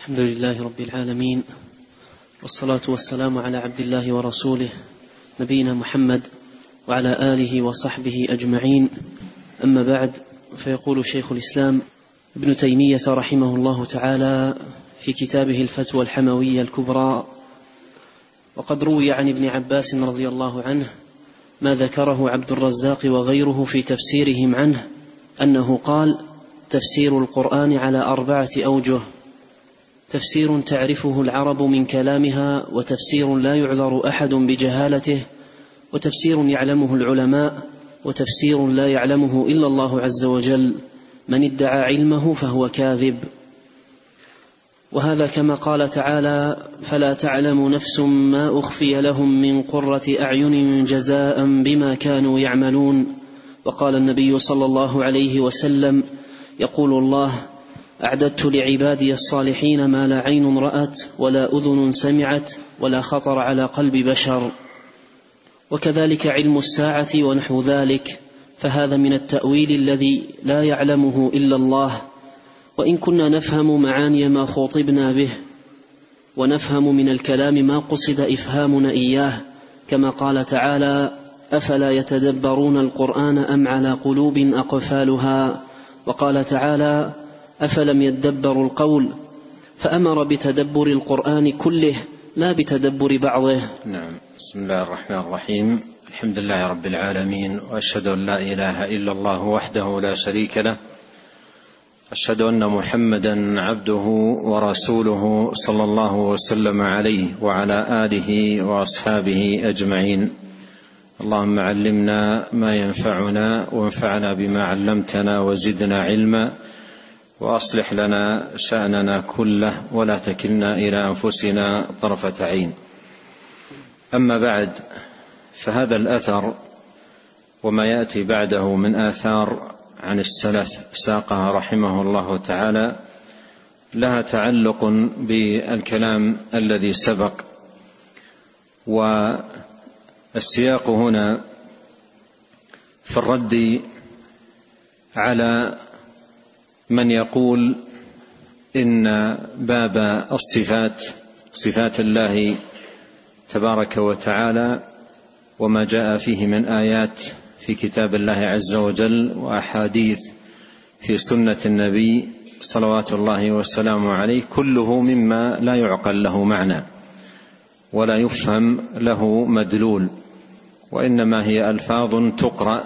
الحمد لله رب العالمين، والصلاة والسلام على عبد الله ورسوله نبينا محمد وعلى آله وصحبه أجمعين. أما بعد، فيقول شيخ الإسلام ابن تيمية رحمه الله تعالى في كتابه الفتوى الحموية الكبرى: وقد روي عن ابن عباس رضي الله عنه ما ذكره عبد الرزاق وغيره في تفسيرهم عنه، أنه قال: تفسير القرآن على 4 أوجه: تفسير تعرفه العرب من كلامها، وتفسير لا يعذر أحد بجهالته، وتفسير يعلمه العلماء، وتفسير لا يعلمه إلا الله عز وجل. من ادعى علمه فهو كاذب. وهذا كما قال تعالى: فلا تعلم نفس ما أخفي لهم من قرة أعين جزاء بما كانوا يعملون. وقال النبي صلى الله عليه وسلم: يقول الله: أعددت لعبادي الصالحين ما لا عين رأت ولا أذن سمعت ولا خطر على قلب بشر. وكذلك علم الساعة ونحو ذلك، فهذا من التأويل الذي لا يعلمه إلا الله. وإن كنا نفهم معاني ما خطبنا به، ونفهم من الكلام ما قصد إفهامنا إياه، كما قال تعالى: أفلا يتدبرون القرآن أم على قلوب أقفالها. وقال تعالى: أفلم يدبروا القول، فأمر بتدبر القرآن كله لا بتدبر بعضه. نعم. بسم الله الرحمن الرحيم. الحمد لله رب العالمين، وأشهد أن لا إله إلا الله وحده لا شريك له، أشهد أن محمدا عبده ورسوله صلى الله وسلم عليه وعلى آله وأصحابه أجمعين. اللهم علمنا ما ينفعنا، وانفعنا بما علمتنا، وزدنا علما، وأصلح لنا شأننا كله، ولا تكلنا إلى أنفسنا طرفة عين. أما بعد، فهذا الأثر وما يأتي بعده من آثار عن السلف ساقها رحمه الله تعالى لها تعلق بالكلام الذي سبق. والسياق هنا في الرد على من يقول إن باب الصفات، صفات الله تبارك وتعالى، وما جاء فيه من آيات في كتاب الله عز وجل وأحاديث في سنة النبي صلوات الله وسلامه عليه، كله مما لا يعقل له معنى ولا يفهم له مدلول، وإنما هي ألفاظ تقرأ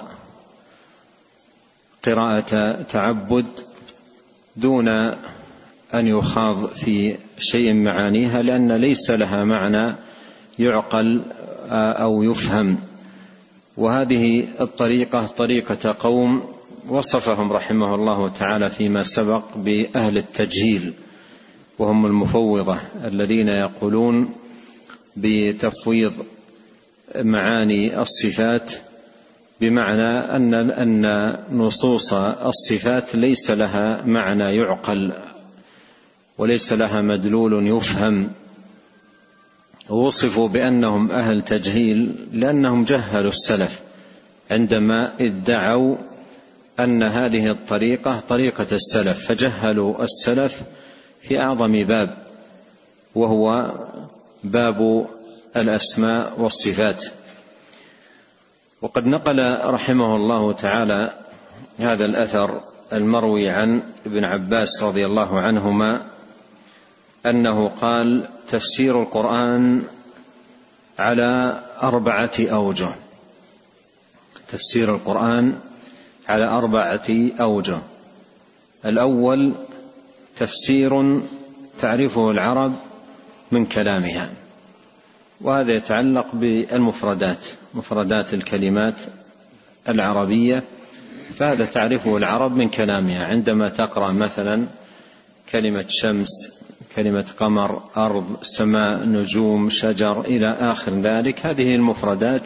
قراءة تعبد دون أن يخاض في شيء معانيها، لأن ليس لها معنى يعقل أو يفهم. وهذه الطريقة طريقة قوم وصفهم رحمه الله تعالى فيما سبق بأهل التجهيل، وهم المفوضة الذين يقولون بتفويض معاني الصفات، بمعنى أن نصوص الصفات ليس لها معنى يعقل وليس لها مدلول يفهم. ووصفوا بأنهم أهل تجهيل لأنهم جهلوا السلف عندما ادعوا أن هذه الطريقة طريقة السلف، فجهلوا السلف في أعظم باب، وهو باب الأسماء والصفات. وقد نقل رحمه الله تعالى هذا الأثر المروي عن ابن عباس رضي الله عنهما أنه قال: تفسير القرآن على 4 أوجه. تفسير القرآن على 4 أوجه. الأول تفسير تعرفه العرب من كلامها، وهذا يتعلق بالمفردات، مفردات الكلمات العربية، فهذا تعرفه العرب من كلامها. عندما تقرأ مثلا كلمة شمس، كلمة قمر، أرض، سماء، نجوم، شجر، إلى آخر ذلك، هذه المفردات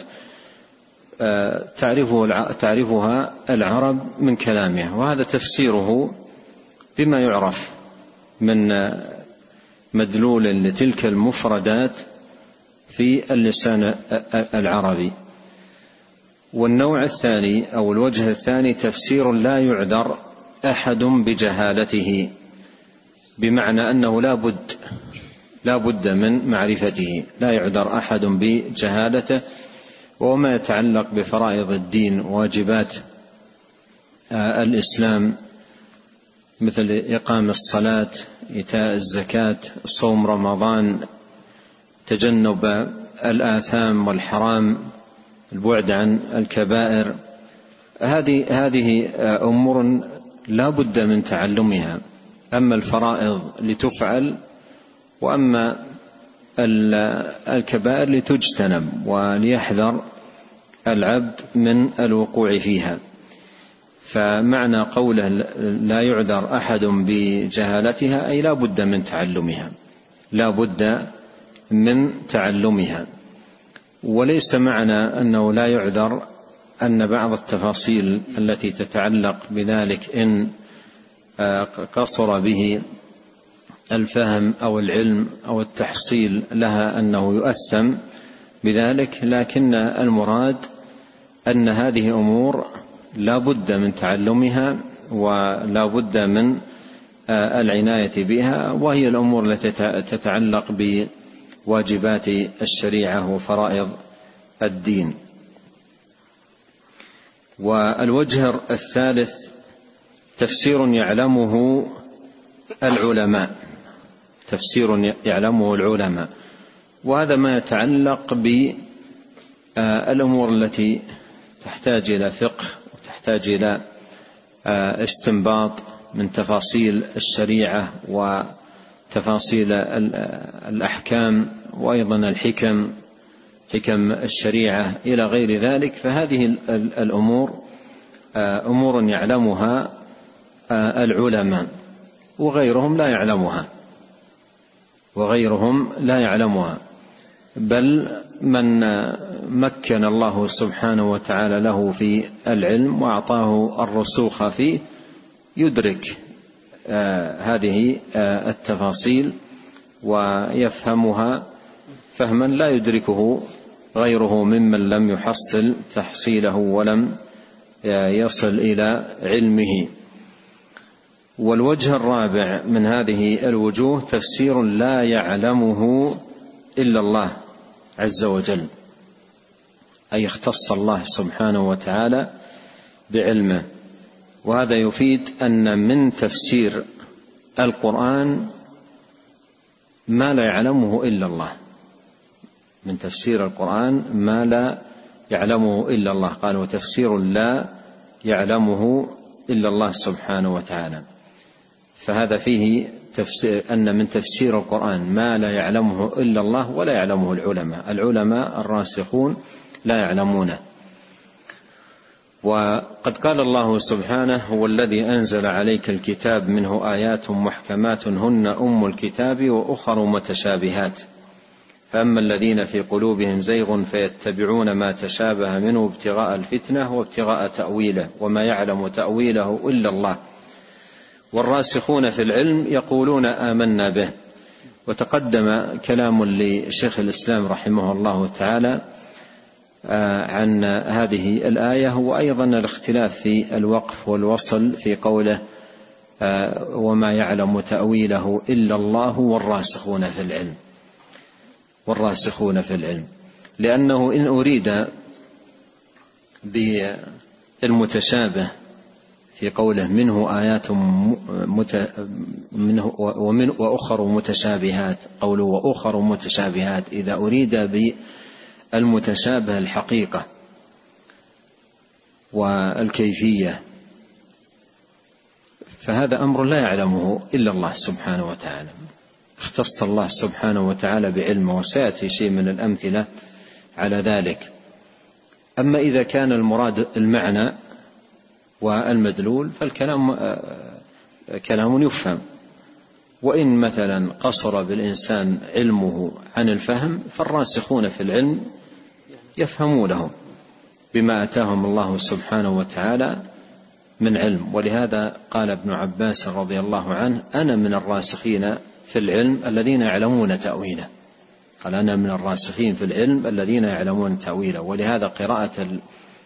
تعرفها العرب من كلامها، وهذا تفسيره بما يعرف من مدلول لتلك المفردات في اللسان العربي. والنوع الثاني أو الوجه الثاني تفسير لا يعذر أحد بجهالته، بمعنى أنه لا بد من معرفته، لا يعذر أحد بجهالته. وما يتعلق بفرائض الدين واجبات الإسلام مثل إقام الصلاة، إيتاء الزكاة، صوم رمضان، تجنب الآثام والحرام، البعد عن الكبائر، هذه أمور لا بد من تعلمها. أما الفرائض لتفعل، وأما الكبائر لتجتنب وليحذر العبد من الوقوع فيها. فمعنى قوله لا يعذر أحد بجهالتها أي لا بد من تعلمها، لا بد من تعلمها. وليس معنى أنه لا يعذر أن بعض التفاصيل التي تتعلق بذلك إن قصر به الفهم أو العلم أو التحصيل لها أنه يؤثم بذلك، لكن المراد أن هذه أمور لا بد من تعلمها ولا بد من العناية بها، وهي الأمور التي تتعلق بواجبات الشريعة وفرائض الدين. والوجه الثالث تفسير يعلمه العلماء، تفسير يعلمه العلماء، وهذا ما يتعلق بالأمور التي تحتاج إلى فقه وتحتاج إلى استنباط من تفاصيل الشريعة وتفاصيل الأحكام، وأيضا حكم الشريعة إلى غير ذلك. فهذه الأمور أمور يعلمها العلماء وغيرهم لا يعلمها، بل من مكن الله سبحانه وتعالى له في العلم وأعطاه الرسوخ فيه يدرك هذه التفاصيل ويفهمها فهما لا يدركه غيره ممن لم يحصل تحصيله ولم يصل إلى علمه. والوجه الرابع من هذه الوجوه تفسير لا يعلمه إلا الله عز وجل، أي اختص الله سبحانه وتعالى بعلمه. وهذا يفيد أن من تفسير القرآن ما لا يعلمه إلا الله، من تفسير القرآن ما لا يعلمه إلا الله. قال وتفسير لا يعلمه إلا الله سبحانه وتعالى. فهذا فيه أن من تفسير القرآن ما لا يعلمه إلا الله ولا يعلمه العلماء الراسخون لا يعلمونه. وقد قال الله سبحانه هو الذي أنزل عليك الكتاب منه آيات محكمات هن أم الكتاب وأخر متشابهات، فأما الذين في قلوبهم زيغ فيتبعون ما تشابه منه ابتغاء الفتنة وابتغاء تأويله وما يعلم تأويله إلا الله والراسخون في العلم يقولون آمنا به. وتقدم كلام لشيخ الإسلام رحمه الله تعالى عن هذه الآية، وأيضا الاختلاف في الوقف والوصل في قوله وما يعلم تأويله إلا الله والراسخون في العلم، لأنه إن أريد بالمتشابه في قوله منه آيات وأخر متشابهات، قوله وأخر متشابهات، إذا أريد بالمتشابه الحقيقة والكيفية فهذا أمر لا يعلمه إلا الله سبحانه وتعالى، اختص الله سبحانه وتعالى بعلمه، وسيأتي شيء من الأمثلة على ذلك. أما إذا كان المراد المعنى والمدلول فالكلام كلام يفهم، وإن مثلا قصر بالإنسان علمه عن الفهم فالراسخون في العلم يفهمونه بما أتاهم الله سبحانه وتعالى من علم. ولهذا قال ابن عباس رضي الله عنه أنا من الراسخين في العلم الذين يعلمون تأويله، قال أنا من الراسخين في العلم الذين يعلمون تأويله. ولهذا قراءة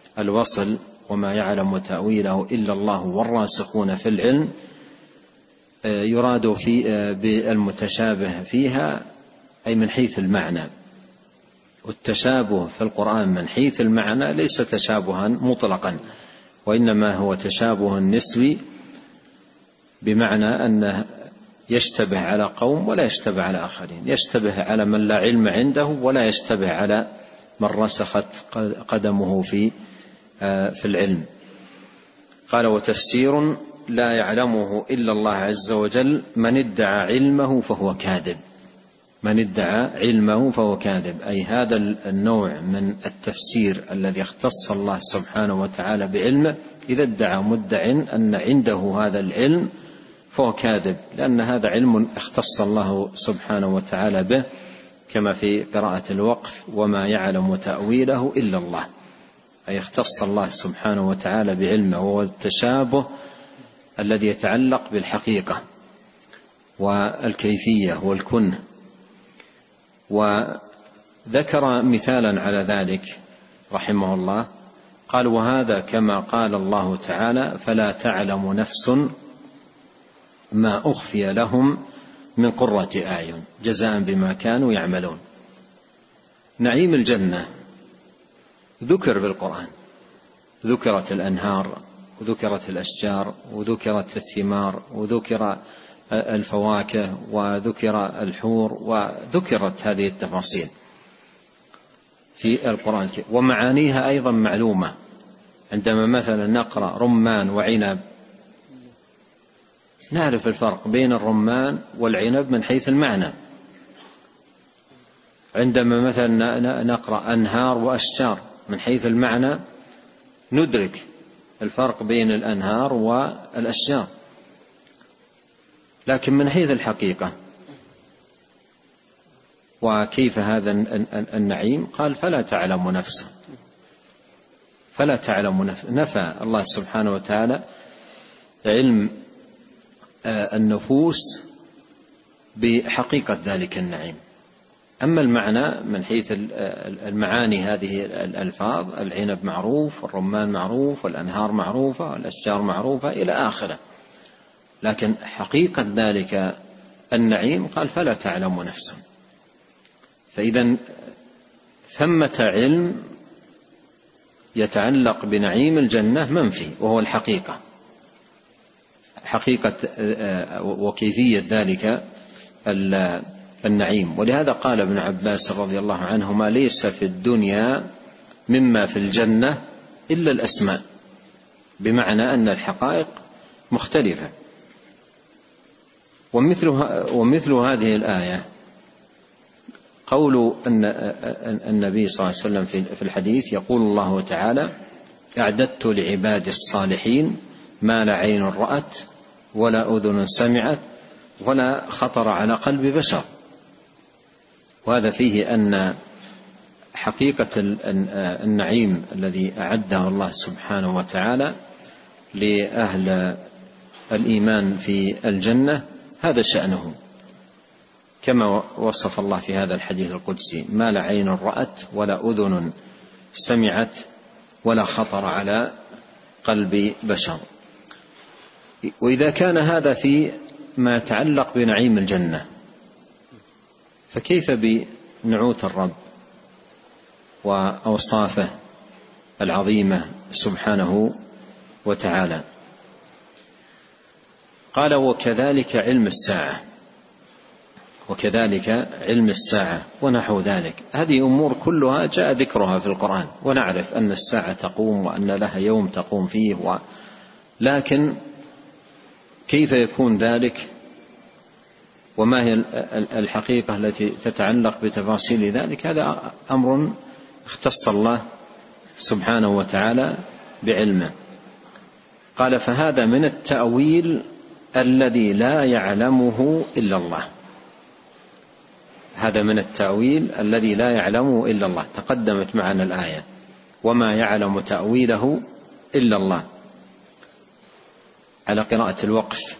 الوصل وما يعلم تأويله إلا الله والراسخون في العلم يراد بالمتشابه فيها أي من حيث المعنى، والتشابه في القرآن من حيث المعنى ليس تشابها مطلقا، وإنما هو تشابه نسبي، بمعنى أنه يشتبه على قوم ولا يشتبه على آخرين، يشتبه على من لا علم عنده ولا يشتبه على من رسخت قدمه في العلم. قال: وتفسير لا يعلمه إلا الله عز وجل من ادعى علمه فهو كاذب. من ادعى علمه فهو كاذب، أي هذا النوع من التفسير الذي اختص الله سبحانه وتعالى بعلمه، إذا ادعى مدع أن عنده هذا العلم فهو كاذب، لأن هذا علم اختص الله سبحانه وتعالى به، كما في قراءة الوقف: وما يعلم تأويله إلا الله، أي اختص الله سبحانه وتعالى بعلمه، وهو التشابه الذي يتعلق بالحقيقة والكيفية والكنه. وذكر مثالا على ذلك رحمه الله، قال: وهذا كما قال الله تعالى: فلا تعلم نفس ما أخفي لهم من قرة أعين جزاء بما كانوا يعملون. نعيم الجنة ذكر بالقرآن، ذكرت الأنهار وذكرت الأشجار وذكرت الثمار وذكر الفواكه وذكر الحور، وذكرت هذه التفاصيل في القرآن، ومعانيها أيضا معلومة. عندما مثلا نقرأ رمان وعنب نعرف الفرق بين الرمان والعنب من حيث المعنى. عندما مثلا نقرأ أنهار وأشجار من حيث المعنى ندرك الفرق بين الأنهار والأشجار، لكن من حيث الحقيقة وكيف هذا النعيم، قال: فلا تعلم نفسه. فلا تعلم نفسه، نفى الله سبحانه وتعالى علم النفوس بحقيقة ذلك النعيم. أما المعنى من حيث المعاني، هذه الألفاظ: العنب معروف، والرمان معروف، والأنهار معروفة، والأشجار معروفة، إلى آخره، لكن حقيقة ذلك النعيم قال: فلا تعلم نفسا. فإذا ثمة علم يتعلق بنعيم الجنة منفي، وهو الحقيقة، حقيقة وكيفية ذلك النعيم. ولهذا قال ابن عباس رضي الله عنهما: ليس في الدنيا مما في الجنة إلا الأسماء، بمعنى أن الحقائق مختلفة. ومثل هذه الآية قول أن النبي صلى الله عليه وسلم في الحديث، يقول الله تعالى: أعددت لعبادي الصالحين ما لا عين رأت ولا أذن سمعت ولا خطر على قلب بشر. وهذا فيه أن حقيقة النعيم الذي أعده الله سبحانه وتعالى لأهل الإيمان في الجنة هذا شأنه، كما وصف الله في هذا الحديث القدسي: ما لا عين رأت ولا أذن سمعت ولا خطر على قلب بشر. وإذا كان هذا في ما يتعلق بنعيم الجنة، فكيف بنعوت الرب وأوصافه العظيمة سبحانه وتعالى؟ قال: وكذلك علم الساعة، وكذلك علم الساعة ونحو ذلك. هذه أمور كلها جاء ذكرها في القرآن، ونعرف أن الساعة تقوم وأن لها يوم تقوم فيه، لكن كيف يكون ذلك وما هي الحقيقة التي تتعلق بتفاصيل ذلك، هذا أمر اختص الله سبحانه وتعالى بعلمه. قال: فهذا من التأويل الذي لا يعلمه إلا الله. هذا من التأويل الذي لا يعلمه إلا الله، تقدمت معنا الآية: وما يعلم تأويله إلا الله، على قراءة الوقف،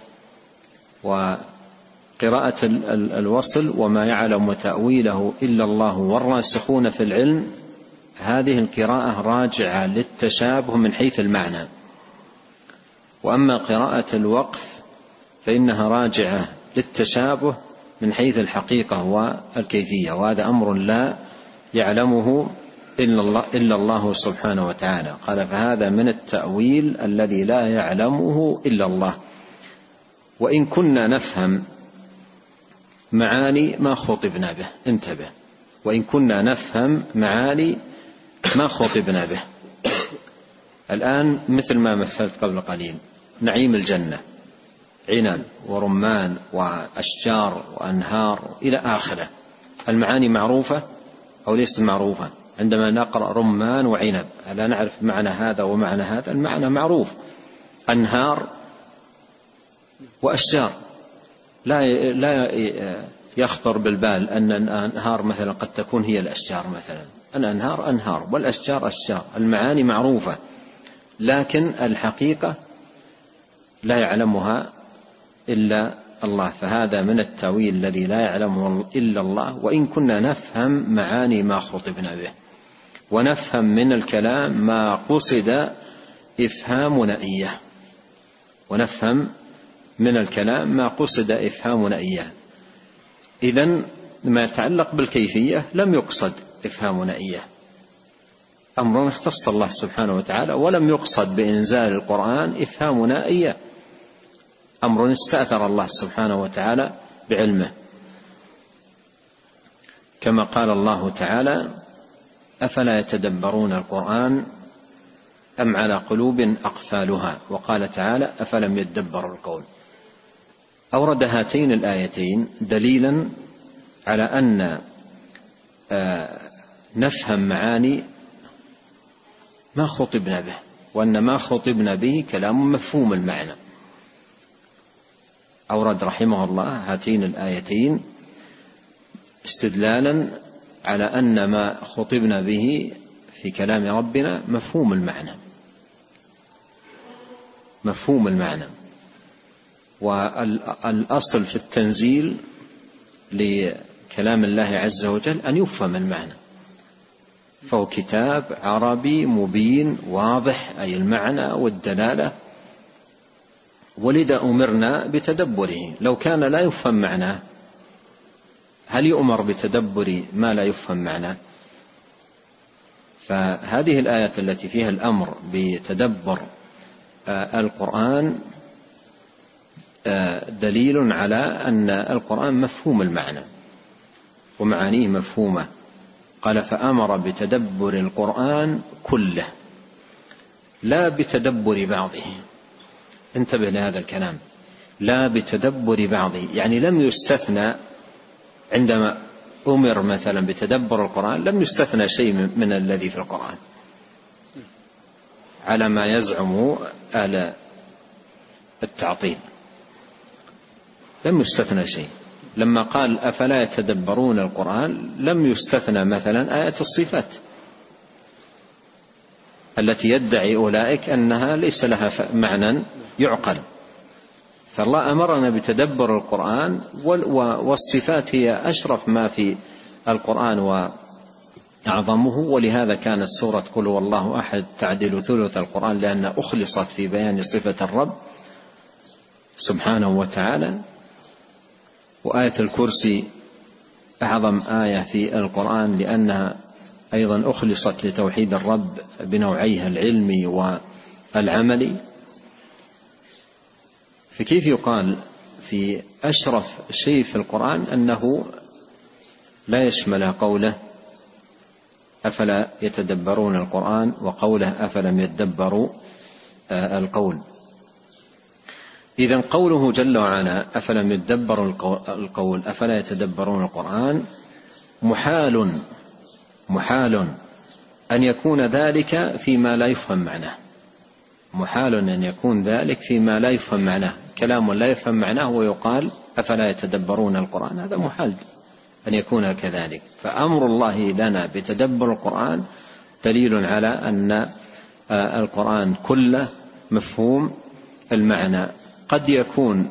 وقراءة الوصل: وما يعلم تأويله إلا الله والراسخون في العلم. هذه القراءة راجعة للتشابه من حيث المعنى. وأما قراءة الوقف فإنها راجعة للتشابه من حيث الحقيقة والكيفية، وهذا أمر لا يعلمه إلا الله سبحانه وتعالى. قال فهذا من التأويل الذي لا يعلمه إلا الله. وإن كنا نفهم معاني ما خطبنا به، انتبه، وإن كنا نفهم معاني ما خطبنا به. الآن مثل ما مثلت قبل قليل، نعيم الجنة، عنب ورمان وأشجار وأنهار إلى آخره، المعاني معروفة أو ليست معروفة؟ عندما نقرأ رمان وعنب لا نعرف معنى هذا ومعنى هذا؟ المعنى معروف. أنهار وأشجار لا يخطر بالبال أن الأنهار مثلا قد تكون هي الأشجار مثلا. الأنهار أنهار والأشجار أشجار، المعاني معروفة، لكن الحقيقة لا يعلمها إلا الله. فهذا من التأويل الذي لا يعلمه إلا الله. وإن كنا نفهم معاني ما خطبنا به، ونفهم من الكلام ما قصد إفهامنا إياه، ونفهم من الكلام ما قصد إفهامنا إياه. إذن ما يتعلق بالكيفية لم يقصد إفهامنا إياه، أمر اختص الله سبحانه وتعالى، ولم يقصد بإنزال القرآن إفهامنا إياه، أمر استأثر الله سبحانه وتعالى بعلمه. كما قال الله تعالى أفلا يتدبرون القرآن أم على قلوب أقفالها، وقال تعالى أفلم يدبروا القول. أورد هاتين الآيتين دليلا على أن نفهم معاني ما خطبنا به، وأن ما خطبنا به كلام مفهوم المعنى. أورد رحمه الله هاتين الآيتين استدلالا على أن ما خطبنا به في كلام ربنا مفهوم المعنى، مفهوم المعنى. والأصل في التنزيل لكلام الله عز وجل أن يفهم المعنى، فهو كتاب عربي مبين واضح، أي المعنى والدلالة، ولذا أمرنا بتدبره. لو كان لا يفهم معناه هل يؤمر بتدبر ما لا يفهم معناه؟ فهذه الآيات التي فيها الأمر بتدبر القرآن دليل على أن القرآن مفهوم المعنى ومعانيه مفهومة. قال فأمر بتدبر القرآن كله لا بتدبر بعضه. انتبه لهذا الكلام، لا بتدبر بعضه، يعني لم يستثنى عندما أمر مثلا بتدبر القرآن لم يستثنى شيء من الذي في القرآن على ما يزعم أهل التعطيل، لم يستثنى شيء. لما قال أفلا يتدبرون القرآن لم يستثنى مثلا آية الصفات التي يدعي أولئك أنها ليس لها معنى يعقل. فالله أمرنا بتدبر القرآن، والصفات هي أشرف ما في القرآن وأعظمه، ولهذا كانت سورة قل هو الله أحد تعدل ثلث القرآن، لأنها أخلصت في بيان صفة الرب سبحانه وتعالى. وآية الكرسي أعظم آية في القرآن لأنها أيضا أخلصت لتوحيد الرب بنوعيها العلمي والعملي. فكيف يقال في أشرف شيء في القرآن أنه لا يشمل قوله أفلا يتدبرون القرآن وقوله أفلم يدبروا القول؟ إذن قوله جل وعلا أفلم يدبروا القول أفلا يتدبرون القرآن محال أن يكون ذلك فيما لا يفهم معناه، محال أن يكون ذلك فيما لا يفهم معناه، كلام لا يفهم معناه ويقال أفلا يتدبرون القرآن، هذا محال أن يكون كذلك. فأمر الله لنا بتدبر القرآن دليل على أن القرآن كله مفهوم المعنى. قد يكون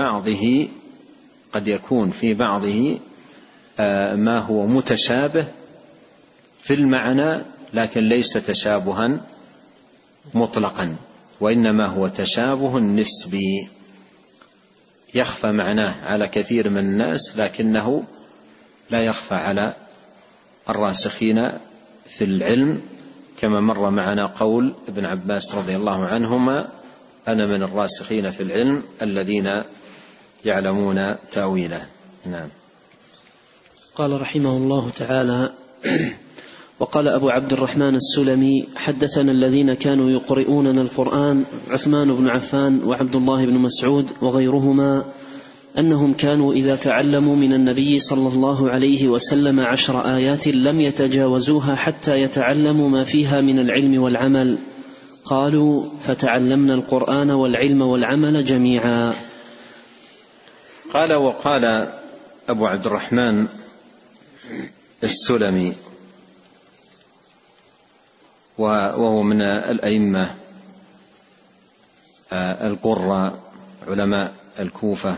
في بعضه ما هو متشابه في المعنى لكن ليس تشابها مطلقا، وإنما هو تشابه نسبي. يخفى معناه على كثير من الناس، لكنه لا يخفى على الراسخين في العلم، كما مر معنا قول ابن عباس رضي الله عنهما: أنا من الراسخين في العلم الذين يعلمون تأويله. نعم. قال رحمه الله تعالى: وقال أبو عبد الرحمن السلمي: حدثنا الذين كانوا يقرؤوننا القرآن عثمان بن عفان وعبد الله بن مسعود وغيرهما أنهم كانوا إذا تعلموا من النبي صلى الله عليه وسلم 10 آيات لم يتجاوزوها حتى يتعلموا ما فيها من العلم والعمل. قالوا: فتعلمنا القرآن والعلم والعمل جميعا. قال: وقال أبو عبد الرحمن السلمي، وهو من الأئمة القراء علماء الكوفة،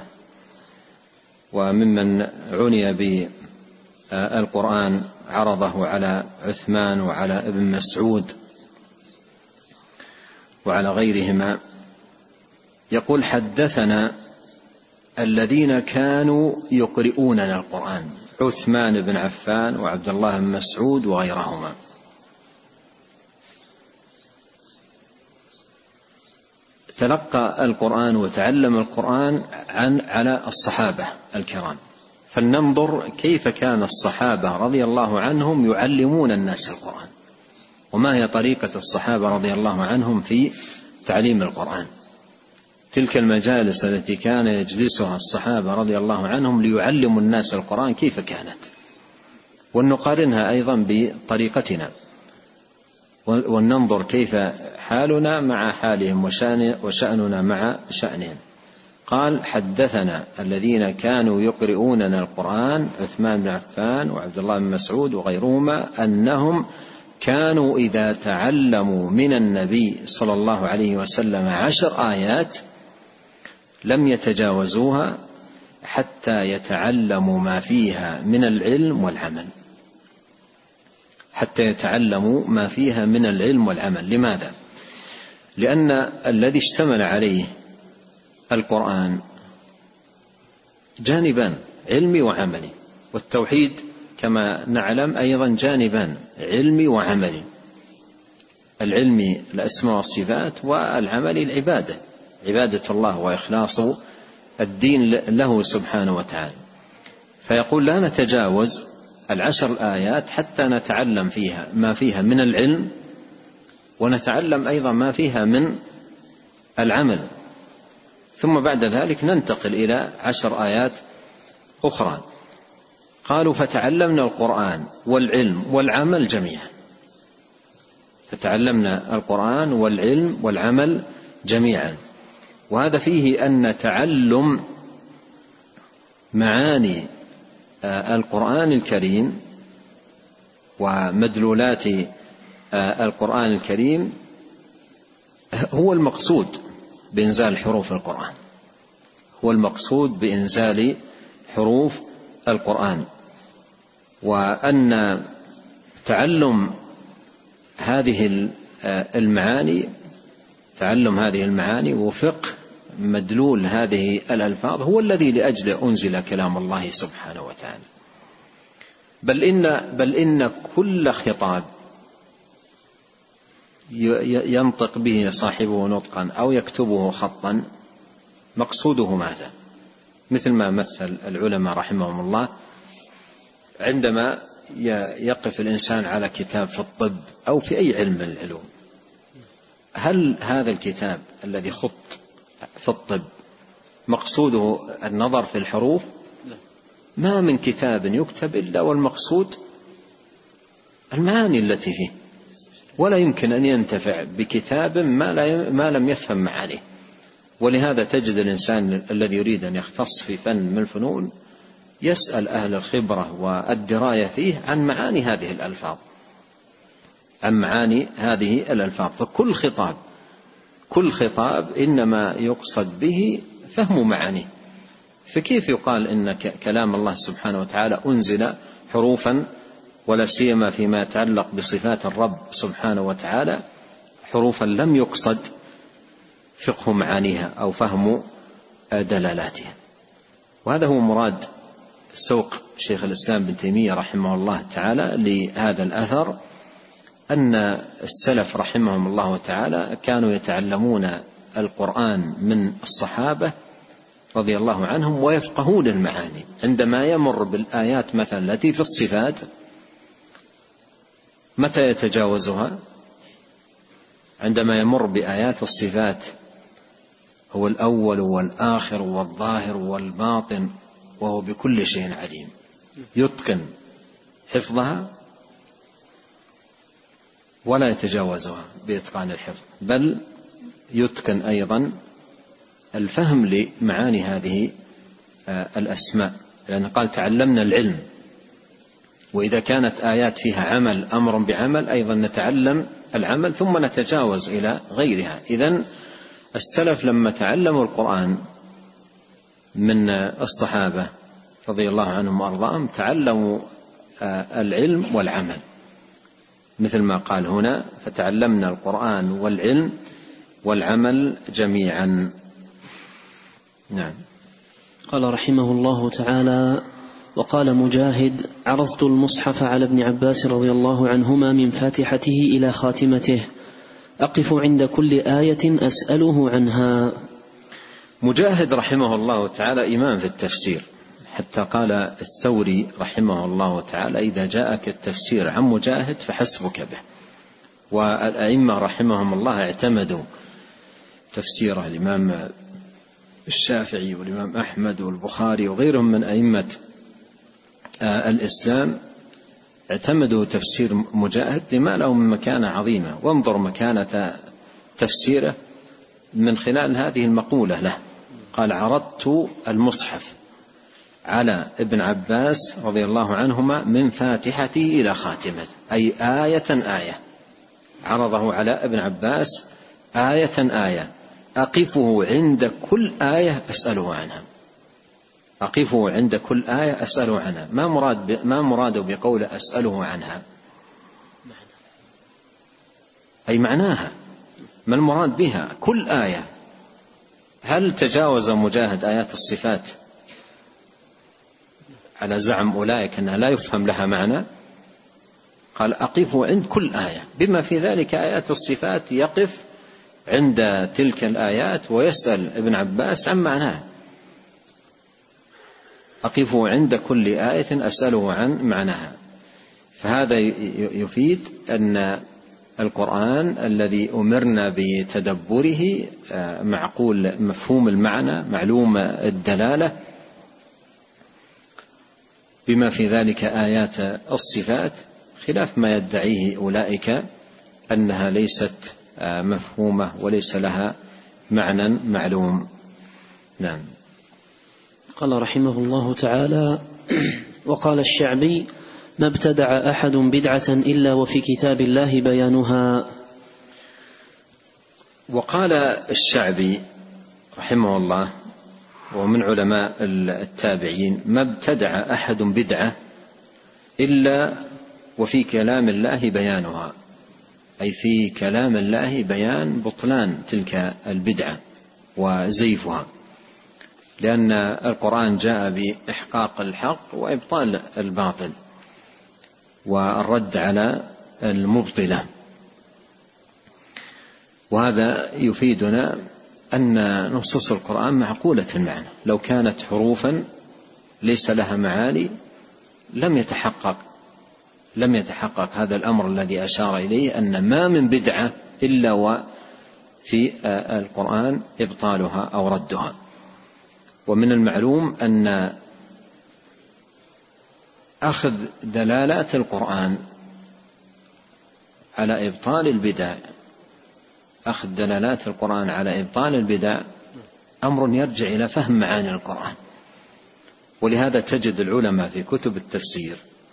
وممن عني بالقرآن، عرضه على عثمان وعلى ابن مسعود وعلى غيرهما، يقول: حدثنا الذين كانوا يقرؤوننا القرآن، عثمان بن عفان وعبد الله بن مسعود وغيرهما. تلقى القرآن وتعلم القرآن على الصحابة الكرام، فلننظر كيف كان الصحابة رضي الله عنهم يعلمون الناس القرآن، وما هي طريقة الصحابة رضي الله عنهم في تعليم القرآن. تلك المجالس التي كان يجلسها الصحابة رضي الله عنهم ليعلموا الناس القرآن كيف كانت، ونقارنها أيضا بطريقتنا، وننظر كيف حالنا مع حالهم وشأننا مع شأنهم. قال: حدثنا الذين كانوا يقرؤوننا القرآن عثمان بن عفان وعبد الله بن مسعود وغيرهما أنهم كانوا إذا تعلموا من النبي صلى الله عليه وسلم 10 آيات لم يتجاوزوها حتى يتعلموا ما فيها من العلم والعمل. حتى يتعلموا ما فيها من العلم والعمل. لماذا؟ لأن الذي اشتمل عليه القرآن جانبان، علمي وعملي، والتوحيد كما نعلم أيضا جانبان، علمي وعملي. العلمي الأسماء والصفات، والعملي العبادة، عبادة الله وإخلاص الدين له سبحانه وتعالى. فيقول: لا نتجاوز 10 آيات حتى نتعلم فيها ما فيها من العلم، ونتعلم أيضا ما فيها من العمل، ثم بعد ذلك ننتقل إلى 10 آيات أخرى. قالوا: فتعلمنا القرآن والعلم والعمل جميعا. فتعلمنا القرآن والعلم والعمل جميعا. وهذا فيه أن تعلم معاني القرآن الكريم ومدلولات القرآن الكريم هو المقصود بإنزال حروف القرآن، هو المقصود بإنزال حروف القرآن. وأن تعلم هذه المعاني وفقه مدلول هذه الألفاظ هو الذي لأجله أنزل كلام الله سبحانه وتعالى. بل إن كل خطاب ينطق به صاحبه نطقا أو يكتبه خطا مقصوده ماذا؟ مثل ما مثل العلماء رحمهم الله عندما يقف الإنسان على كتاب في الطب أو في أي علم من العلوم، هل هذا الكتاب الذي خط في الطب مقصوده النظر في الحروف؟ ما من كتاب يكتب إلا والمقصود المعاني التي فيه، ولا يمكن أن ينتفع بكتاب ما لم يفهم معانيه. ولهذا تجد الإنسان الذي يريد أن يختص في فن من الفنون يسأل أهل الخبرة والدراية فيه عن معاني هذه الألفاظ، فكل خطاب إنما يقصد به فهم معانيه. فكيف يقال إن كلام الله سبحانه وتعالى أنزل حروفا، ولا سيما فيما يتعلق بصفات الرب سبحانه وتعالى، حروفا لم يقصد فقه معانيها أو فهم دلالاتها. وهذا هو مراد سوق شيخ الإسلام ابن تيمية رحمه الله تعالى لهذا الأثر، أن السلف رحمهم الله تعالى كانوا يتعلمون القرآن من الصحابة رضي الله عنهم ويفقهون المعاني. عندما يمر بالآيات مثلا التي في الصفات متى يتجاوزها؟ عندما يمر بآيات الصفات، هو الأول والآخر والظاهر والباطن وهو بكل شيء عليم، يتقن حفظها ولا يتجاوزها بإتقان الحفظ، بل يتقن أيضا الفهم لمعاني هذه الأسماء، لأن قال تعلمنا العلم، وإذا كانت آيات فيها عمل أمر بعمل أيضا نتعلم العمل ثم نتجاوز إلى غيرها. إذن السلف لما تعلموا القرآن من الصحابة رضي الله عنهم وأرضاهم تعلموا العلم والعمل، مثل ما قال هنا فتعلمنا القرآن والعلم والعمل جميعا. نعم. قال رحمه الله تعالى: وقال مجاهد: عرضت المصحف على ابن عباس رضي الله عنهما من فاتحته إلى خاتمته، أقف عند كل آية أسأله عنها. مجاهد رحمه الله تعالى إمام في التفسير، حتى قال الثوري رحمه الله تعالى: إذا جاءك التفسير عن مجاهد فحسبك به. والأئمة رحمهم الله اعتمدوا تفسيره، الإمام الشافعي والإمام أحمد والبخاري وغيرهم من أئمة الإسلام اعتمدوا تفسير مجاهد لما له من مكانة عظيمة. وانظر مكانة تفسيره من خلال هذه المقولة له، قال: عرضت المصحف على ابن عباس رضي الله عنهما من فاتحته إلى خاتمته، أي آية آية، عرضه على ابن عباس آية آية، أقفه عند كل آية أسأله عنها، أقفه عند كل آية أسأله عنها. ما مراده بقول أسأله عنها؟ أي معناها، ما المراد بها؟ كل آية. هل تجاوز مجاهد آيات الصفات على زعم أولئك أنها لا يفهم لها معنى؟ قال: أقفه عند كل آية، بما في ذلك آيات الصفات، يقف عند تلك الآيات ويسأل ابن عباس عن معناها. أقفه عند كل آية أسأله عن معناها. فهذا يفيد أن القرآن الذي أمرنا بتدبره معقول مفهوم المعنى، معلوم الدلالة، بما في ذلك آيات الصفات، خلاف ما يدعيه أولئك أنها ليست مفهومة وليس لها معنى معلوم. نعم. قال رحمه الله تعالى: وقال الشعبي: ما ابتدع أحد بدعة إلا وفي كتاب الله بيانها. وقال الشعبي رحمه الله ومن علماء التابعين: ما ابتدع أحد بدعة إلا وفي كلام الله بيانها، أي في كلام الله بيان بطلان تلك البدعة وزيفها، لأن القرآن جاء بإحقاق الحق وإبطال الباطل والرد على المبطلة. وهذا يفيدنا أن نصوص القرآن معقولة المعنى، لو كانت حروفا ليس لها معاني لم يتحقق هذا الأمر الذي أشار إليه، أن ما من بدعة إلا وفي القرآن إبطالها أو ردها. ومن المعلوم أن أخذ دلالات القرآن على إبطال البدع، أخذ دلالات القرآن على إبطال البدع أمر يرجع إلى فهم معاني القرآن. ولهذا تجد العلماء في كتب التفسير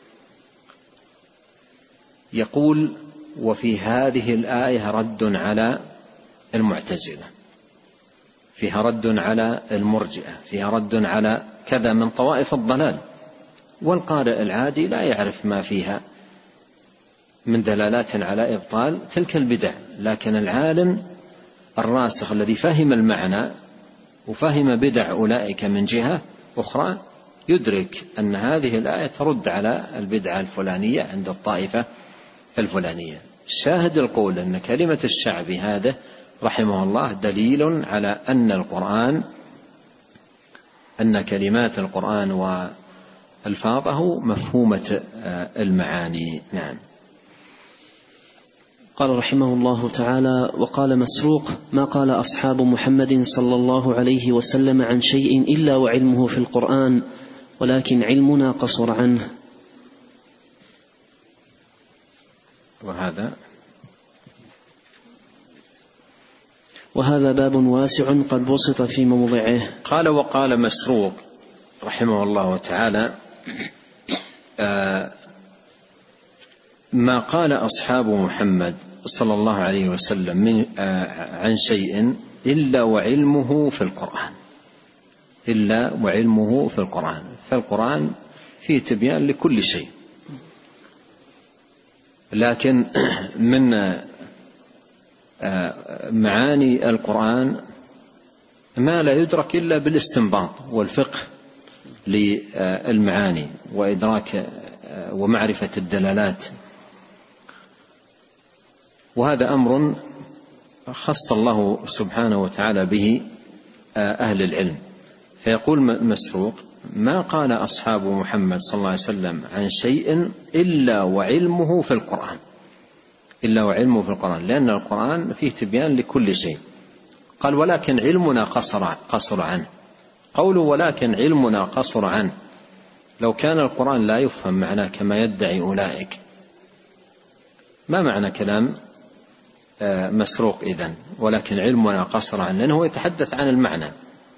يقول: وفي هذه الآية رد على المعتزلة، فيها رد على المرجئة، فيها رد على كذا من طوائف الضلال. والقارئ العادي لا يعرف ما فيها من دلالات على إبطال تلك البدع، لكن العالم الراسخ الذي فهم المعنى وفهم بدع أولئك من جهة أخرى يدرك أن هذه الآية ترد على البدعة الفلانية عند الطائفة الفلانية. شاهد القول أن كلمة الشعبي هذا رحمه الله دليل على أن كلمات القرآن وألفاظه مفهومة المعاني. نعم. قال رحمه الله تعالى: وقال مسروق: ما قال أصحاب محمد صلى الله عليه وسلم عن شيء إلا وعلمه في القرآن، ولكن علمنا قصر عنه. وهذا باب واسع قد بسط في موضعه. قال: وقال مسروق رحمه الله تعالى: ما قال أصحاب محمد صلى الله عليه وسلم عن شيء إلا وعلمه في القرآن. فالقرآن فيه تبيان لكل شيء، لكن من معاني القرآن ما لا يدرك إلا بالاستنباط والفقه للمعاني وإدراك ومعرفة الدلالات، وهذا أمر خص الله سبحانه وتعالى به أهل العلم. فيقول مسروق: ما قال أصحاب محمد صلى الله عليه وسلم عن شيء إلا وعلمه في القرآن، لأن القرآن فيه تبيان لكل شيء. قال: ولكن علمنا قصر عنه. قوله ولكن علمنا قصر عنه، لو كان القرآن لا يفهم معناه كما يدعي أولئك، ما معنى كلام مسروق إذن؟ ولكن علمنا قصر عنه، لأنه يتحدث عن المعنى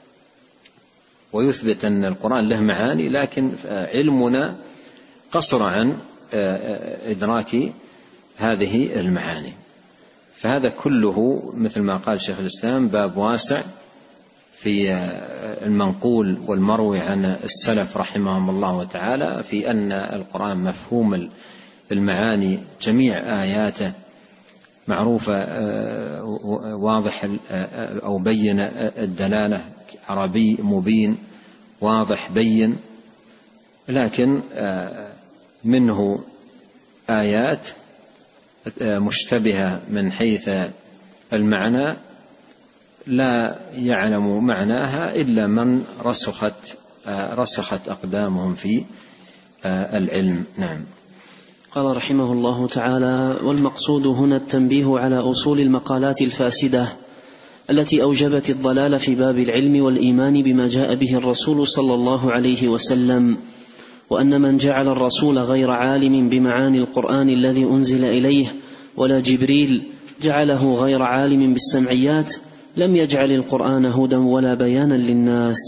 ويثبت أن القرآن له معاني، لكن علمنا قصر عن إدراك هذه المعاني. فهذا كله مثل ما قال شيخ الإسلام باب واسع في المنقول والمروي عن السلف رحمهم الله تعالى في أن القرآن مفهوم المعاني، جميع آياته معروفة واضح أو بين الدلالة، عربي مبين واضح بين، لكن منه آيات مشتبهة من حيث المعنى لا يعلم معناها إلا من رسخت أقدامهم في العلم. نعم. قال رحمه الله تعالى: والمقصود هنا التنبيه على أصول المقالات الفاسدة التي أوجبت الضلال في باب العلم والإيمان بما جاء به الرسول صلى الله عليه وسلم، وأن من جعل الرسول غير عالم بمعاني القرآن الذي أنزل إليه ولا جبريل جعله غير عالم بالسمعيات لم يجعل القرآن هدى ولا بيانا للناس.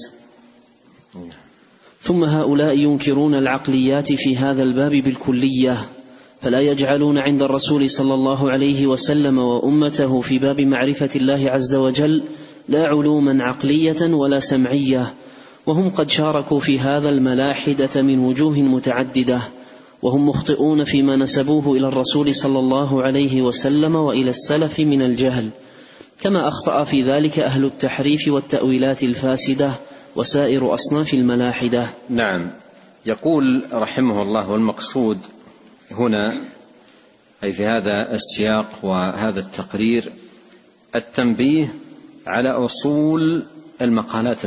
ثم هؤلاء ينكرون العقليات في هذا الباب بالكلية، فلا يجعلون عند الرسول صلى الله عليه وسلم وأمته في باب معرفة الله عز وجل لا علوما عقلية ولا سمعية، وهم قد شاركوا في هذا الملاحدة من وجوه متعددة، وهم مخطئون فيما نسبوه إلى الرسول صلى الله عليه وسلم وإلى السلف من الجهل، كما أخطأ في ذلك أهل التحريف والتأويلات الفاسدة وسائر أصناف الملاحدة. نعم. يقول رحمه الله: والمقصود هنا أي في هذا السياق وهذا التقرير التنبيه على أصول المقالات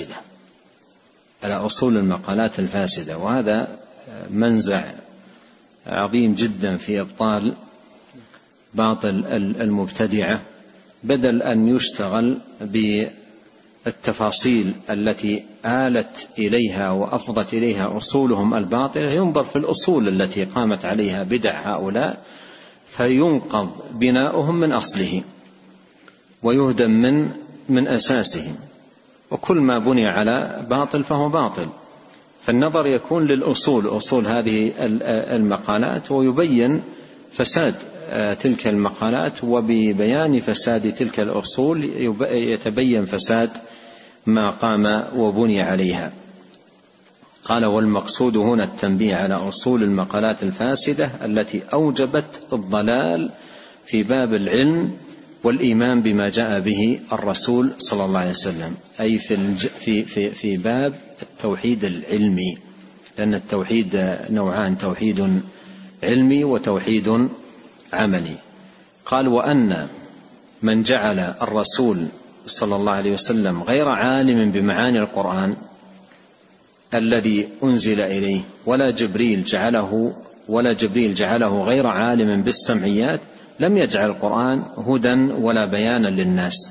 الفاسدة، وهذا منزع عظيم جدا في إبطال باطل المبتدعة، بدل أن يشتغل بالتفاصيل التي آلت إليها وأفضت إليها أصولهم الباطلة، ينظر في الأصول التي قامت عليها بدع هؤلاء فينقض بناؤهم من أصله ويهدم من أساسهم، وكل ما بني على باطل فهو باطل. فالنظر يكون للأصول، أصول هذه المقالات، ويبين فساد تلك المقالات، وببيان فساد تلك الأصول يتبين فساد ما قام وبني عليها. قال: والمقصود هنا التنبيه على أصول المقالات الفاسدة التي أوجبت الضلال في باب العلم والإيمان بما جاء به الرسول صلى الله عليه وسلم، أي في باب التوحيد العلمي، لأن التوحيد نوعان: توحيد علمي وتوحيد عملي. قال: وأن من جعل الرسول صلى الله عليه وسلم غير عالم بمعاني القرآن الذي أنزل إليه، ولا جبريل جعله غير عالم بالسمعيات، لم يجعل القرآن هدى ولا بيانا للناس.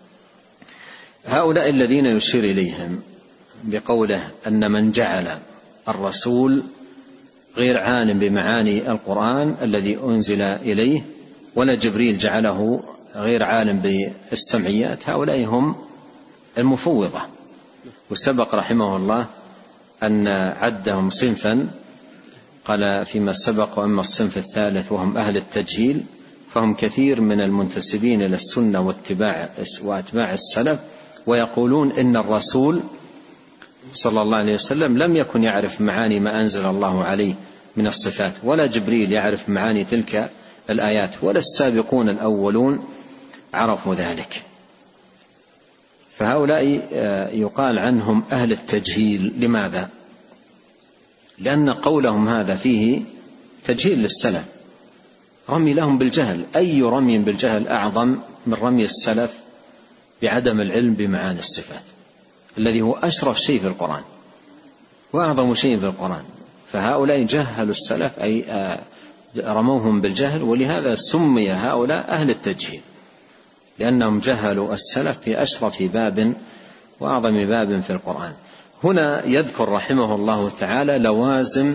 هؤلاء الذين يشير إليهم بقوله أن من جعل الرسول غير عالم بمعاني القرآن الذي أنزل إليه، ولا جبريل جعله غير عالم بالسمعيات، هؤلاء هم المفوضة. وسبق رحمه الله أن عدهم صنفا، قال فيما سبق: وأما الصنف الثالث وهم أهل التجهيل فهم كثير من المنتسبين إلى السنة وأتباع السلف، ويقولون إن الرسول صلى الله عليه وسلم لم يكن يعرف معاني ما أنزل الله عليه من الصفات، ولا جبريل يعرف معاني تلك الآيات، ولا السابقون الأولون عرفوا ذلك. فهؤلاء يقال عنهم أهل التجهيل. لماذا؟ لأن قولهم هذا فيه تجهيل للسلف، رمي لهم بالجهل. أي رمي بالجهل أعظم من رمي السلف بعدم العلم بمعاني الصفات، الذي هو أشرف شيء في القرآن وأعظم شيء في القرآن. فهؤلاء جهلوا السلف، أي رموهم بالجهل، ولهذا سمي هؤلاء أهل التجهيل، لأنهم جهلوا السلف في أشرف باب وأعظم باب في القرآن. هنا يذكر رحمه الله تعالى لوازم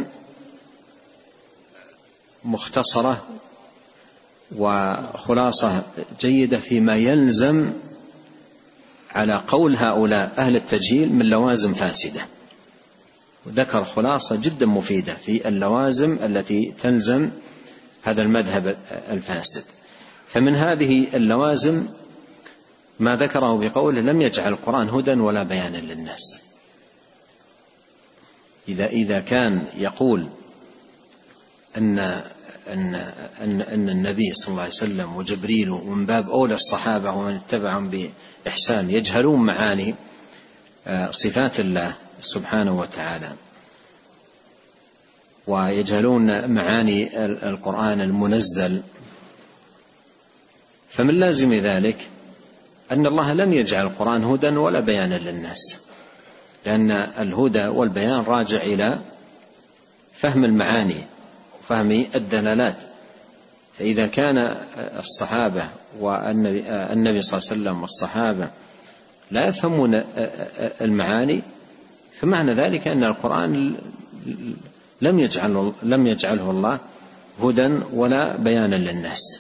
مختصرة وخلاصة جيدة فيما يلزم على قول هؤلاء أهل التجهيل من لوازم فاسدة، وذكر خلاصة جدا مفيدة في اللوازم التي تلزم هذا المذهب الفاسد. فمن هذه اللوازم ما ذكره بقوله: لم يجعل القرآن هدى ولا بيانا للناس. إذا كان يقول أن النبي صلى الله عليه وسلم وجبريل ومن باب أولى الصحابة ومن اتبعهم بإحسان يجهلون معاني صفات الله سبحانه وتعالى، ويجهلون معاني القرآن المنزل، فمن لازم ذلك أن الله لم يجعل القرآن هدى ولا بيانا للناس، لأن الهدى والبيان راجع إلى فهم المعاني وفهم الدلالات. فإذا كان الصحابة والنبي صلى الله عليه وسلم والصحابة لا يفهمون المعاني، فمعنى ذلك أن القرآن لم يجعله الله هدى ولا بيانا للناس.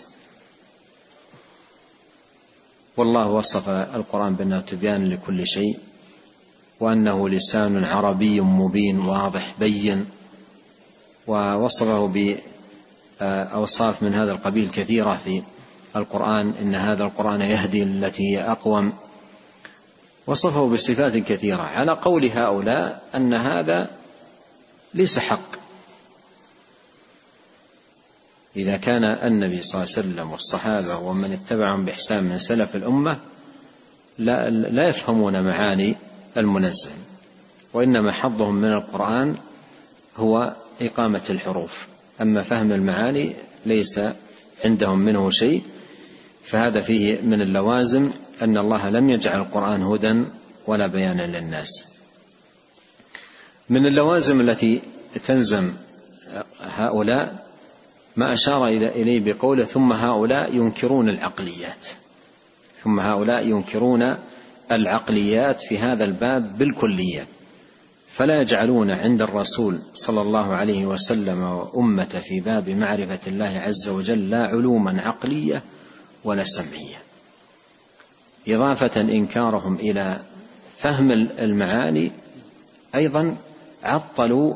والله وصف القرآن بأنه تبيان لكل شيء، وأنه لسان عربي مبين واضح بين، ووصفه بأوصاف من هذا القبيل كثيرة في القرآن: إن هذا القرآن يهدي للتي هي أقوم. وصفه بصفات كثيرة، على قول هؤلاء أن هذا ليس حق. إذا كان النبي صلى الله عليه وسلم والصحابة ومن اتبعهم بإحسان من سلف الأمة لا يفهمون معاني المنزل، وإنما حظهم من القرآن هو إقامة الحروف، أما فهم المعاني ليس عندهم منه شيء. فهذا فيه من اللوازم أن الله لم يجعل القرآن هدى ولا بيانا للناس. من اللوازم التي تلزم هؤلاء ما أشار إليه بقوله: ثم هؤلاء ينكرون العقليات. ثم هؤلاء ينكرون العقليات في هذا الباب بالكلية، فلا يجعلون عند الرسول صلى الله عليه وسلم وأمة في باب معرفة الله عز وجل لا علوما عقلية ولا سمعية. إضافة إنكارهم إلى فهم المعاني أيضا عطلوا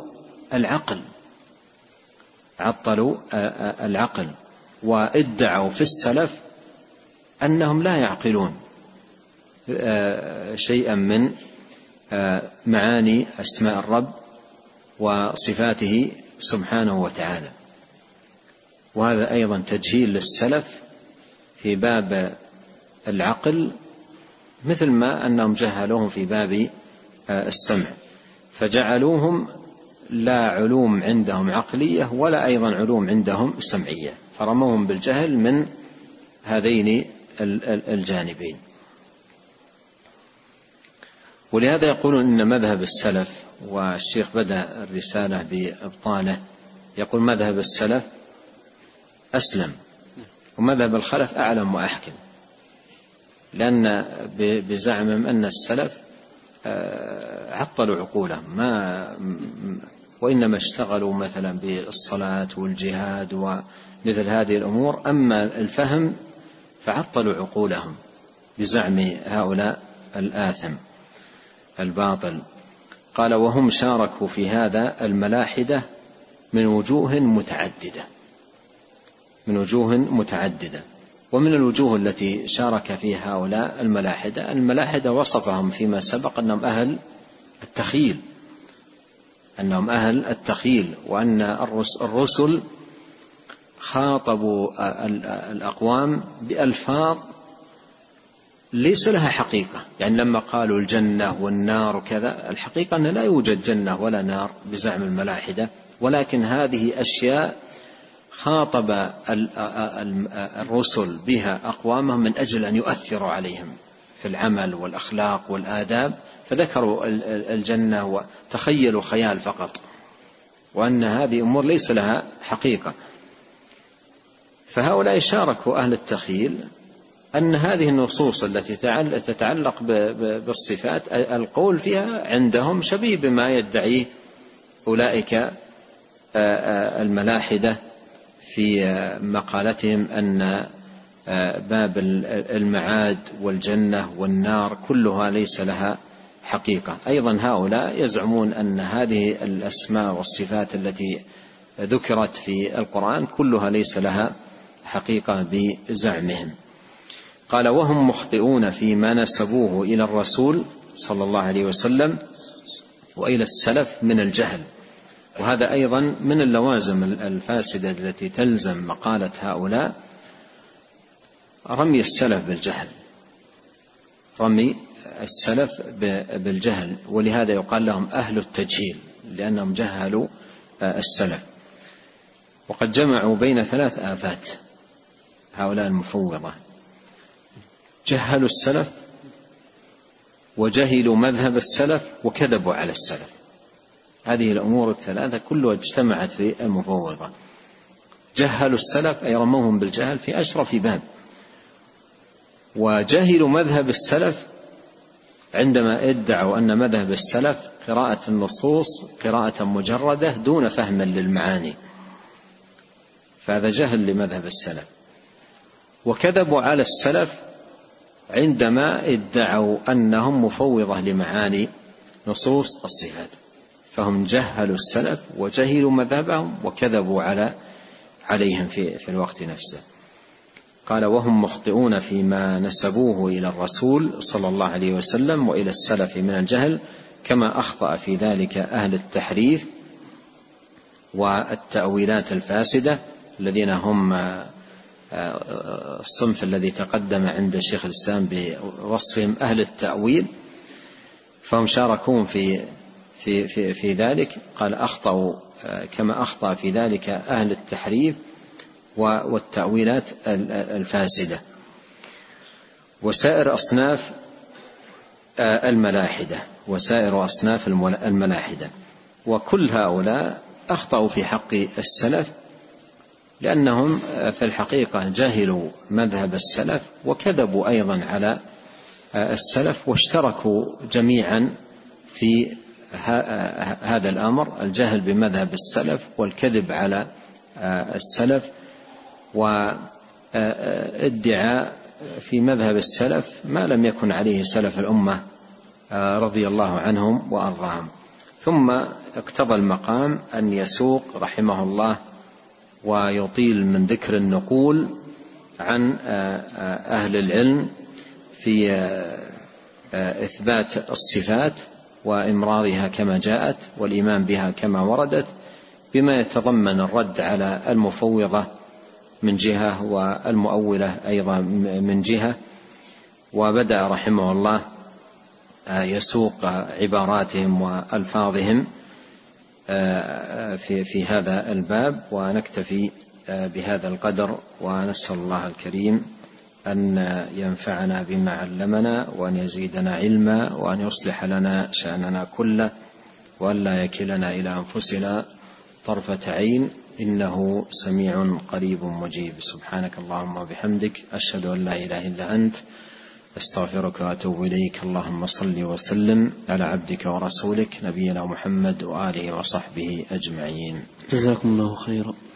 العقل وادعوا في السلف أنهم لا يعقلون شيئا من معاني أسماء الرب وصفاته سبحانه وتعالى. وهذا أيضا تجهيل للسلف في باب العقل، مثل ما أنهم جهلوهم في باب السمع، فجعلوهم لا علوم عندهم عقلية ولا أيضا علوم عندهم سمعية، فرموهم بالجهل من هذين الجانبين. ولهذا يقولون إن مذهب السلف، والشيخ بدأ الرسالة بإبطاله، يقول مذهب السلف أسلم ومذهب الخلف أعلم وأحكم، لأن بزعمهم أن السلف عطلوا عقولهم وإنما اشتغلوا مثلا بالصلاة والجهاد ومثل هذه الأمور، أما الفهم فعطلوا عقولهم بزعم هؤلاء الآثم الباطل. قال وهم شاركوا في هذا الملاحدة من وجوه متعددة. ومن الوجوه التي شارك فيها هؤلاء الملاحدة وصفهم فيما سبق أنهم أهل التخيل، وأن الرسل خاطبوا الأقوام بألفاظ ليس لها حقيقة. يعني لما قالوا الجنة والنار وكذا، الحقيقة أن لا يوجد جنة ولا نار بزعم الملاحدة، ولكن هذه أشياء خاطب الرسل بها أقوامهم من أجل أن يؤثروا عليهم في العمل والأخلاق والآداب، فذكروا الجنة وتخيلوا خيال فقط، وأن هذه أمور ليس لها حقيقة. فهؤلاء شاركوا أهل التخيل أن هذه النصوص التي تتعلق بالصفات القول فيها عندهم شبيه بما يدعيه أولئك الملاحدة في مقالتهم أن باب المعاد والجنة والنار كلها ليس لها حقيقة. أيضا هؤلاء يزعمون أن هذه الأسماء والصفات التي ذكرت في القرآن كلها ليس لها حقيقة بزعمهم. قال وهم مخطئون فيما نسبوه إلى الرسول صلى الله عليه وسلم وإلى السلف من الجهل. وهذا أيضا من اللوازم الفاسدة التي تلزم مقالة هؤلاء، رمي السلف بالجهل، ولهذا يقال لهم أهل التجهيل، لأنهم جهلوا السلف. وقد جمعوا بين 3 آفات هؤلاء المفوضة: جهلوا السلف، وجهلوا مذهب السلف، وكذبوا على السلف. هذه الأمور ال3 كلها اجتمعت في المفوضة. جهلوا السلف أي رموهم بالجهل في أشرف باب، وجهلوا مذهب السلف عندما ادعوا أن مذهب السلف قراءة النصوص قراءة مجردة دون فهم للمعاني، فهذا جهل لمذهب السلف. وكذبوا على السلف عندما ادعوا أنهم مفوضة لمعاني نصوص الصفات، فهم جهلوا السلف وجهلوا مذهبهم وكذبوا عليهم في الوقت نفسه. قال وهم مخطئون فيما نسبوه إلى الرسول صلى الله عليه وسلم وإلى السلف من الجهل، كما أخطأ في ذلك أهل التحريف والتأويلات الفاسدة الذين هم الصنف الذي تقدم عند شيخ الإسلام بوصفهم أهل التأويل، فهم شاركون في ذلك. قال أخطأوا كما أخطأ في ذلك أهل التحريف والتأويلات الفاسدة وسائر أصناف الملاحدة. وكل هؤلاء أخطأوا في حق السلف، لأنهم في الحقيقة جهلوا مذهب السلف وكذبوا أيضا على السلف، واشتركوا جميعا في هذا الأمر: الجهل بمذهب السلف والكذب على السلف، وادعاء في مذهب السلف ما لم يكن عليه سلف الأمة رضي الله عنهم وأرضاهم. ثم اقتضى المقام أن يسوق رحمه الله ويطيل من ذكر النقول عن أهل العلم في إثبات الصفات وإمرارها كما جاءت والإيمان بها كما وردت، بما يتضمن الرد على المفوضة من جهة والمؤولة أيضا من جهة، وبدأ رحمه الله يسوق عباراتهم وألفاظهم في هذا الباب، ونكتفي بهذا القدر، ونسأل الله الكريم أن ينفعنا بما علمنا، وأن يزيدنا علما، وأن يصلح لنا شأننا كله، وأن لا يكلنا إلى أنفسنا طرفة عين، إنه سميع قريب مجيب. سبحانك اللهم وبحمدك، أشهد أن لا إله إلا أنت، أستغفرك وأتوب إليك. اللهم صل وسلم على عبدك ورسولك نبينا محمد وآله وصحبه أجمعين. جزاكم الله خيرا.